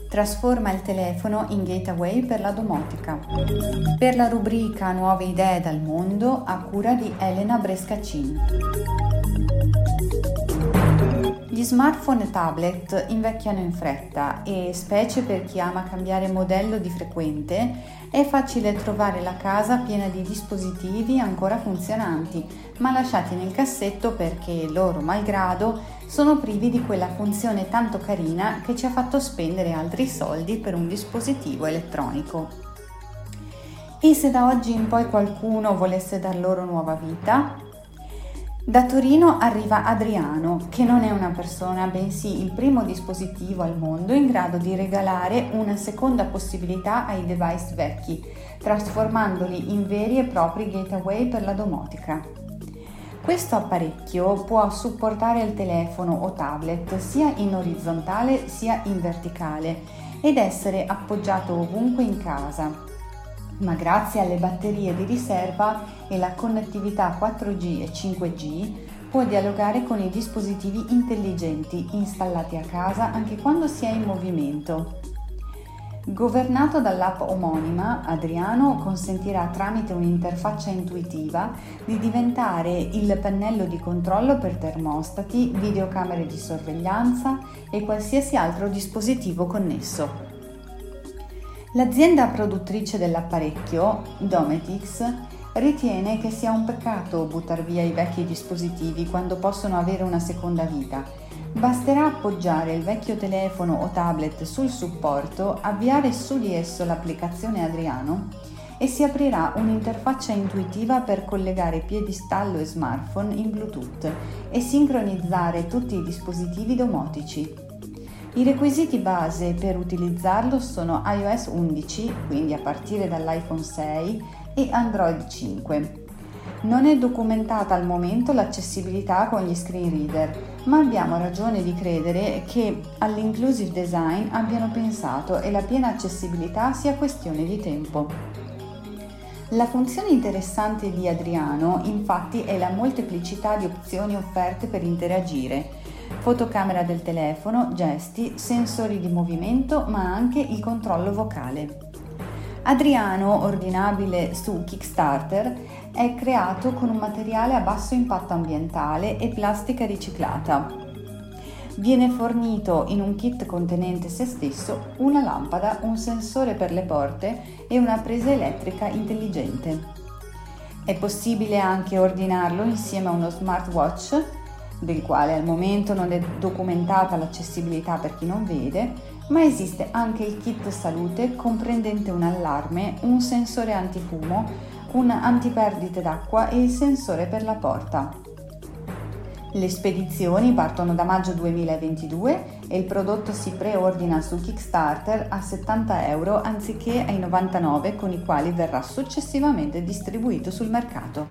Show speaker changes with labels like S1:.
S1: trasforma il telefono in gateway per la domotica. Per la rubrica Nuove idee dal mondo, a cura di Elena Brescacin. Gli smartphone e tablet invecchiano in fretta e, specie per chi ama cambiare modello di frequente, è facile trovare la casa piena di dispositivi ancora funzionanti, ma lasciati nel cassetto perché, loro malgrado, sono privi di quella funzione tanto carina che ci ha fatto spendere altri soldi per un dispositivo elettronico. E se da oggi in poi qualcuno volesse dar loro nuova vita? Da Torino arriva Adriano, che non è una persona, bensì il primo dispositivo al mondo in grado di regalare una seconda possibilità ai device vecchi, trasformandoli in veri e propri gateway per la domotica. Questo apparecchio può supportare il telefono o tablet sia in orizzontale sia in verticale ed essere appoggiato ovunque in casa, ma grazie alle batterie di riserva e la connettività 4G e 5G può dialogare con i dispositivi intelligenti installati a casa anche quando si è in movimento. Governato dall'app omonima, Adriano consentirà tramite un'interfaccia intuitiva di diventare il pannello di controllo per termostati, videocamere di sorveglianza e qualsiasi altro dispositivo connesso. L'azienda produttrice dell'apparecchio, Dometix, ritiene che sia un peccato buttar via i vecchi dispositivi quando possono avere una seconda vita. Basterà appoggiare il vecchio telefono o tablet sul supporto, avviare su di esso l'applicazione Adriano e si aprirà un'interfaccia intuitiva per collegare piedistallo e smartphone in Bluetooth e sincronizzare tutti i dispositivi domotici. I requisiti base per utilizzarlo sono iOS 11, quindi a partire dall'iPhone 6, e Android 5. Non è documentata al momento l'accessibilità con gli screen reader, ma abbiamo ragione di credere che all'inclusive design abbiano pensato e la piena accessibilità sia questione di tempo. La funzione interessante di Adriano, infatti, è la molteplicità di opzioni offerte per interagire. Fotocamera del telefono, gesti, sensori di movimento, ma anche il controllo vocale. Adriano, ordinabile su Kickstarter, è creato con un materiale a basso impatto ambientale e plastica riciclata. Viene fornito in un kit contenente se stesso una lampada, un sensore per le porte e una presa elettrica intelligente. È possibile anche ordinarlo insieme a uno smartwatch, del quale al momento non è documentata l'accessibilità per chi non vede, ma esiste anche il kit salute comprendente un allarme, un sensore antifumo, un antiperdite d'acqua e il sensore per la porta. Le spedizioni partono da maggio 2022 e il prodotto si preordina su Kickstarter a €70 anziché ai 99 con i quali verrà successivamente distribuito sul mercato.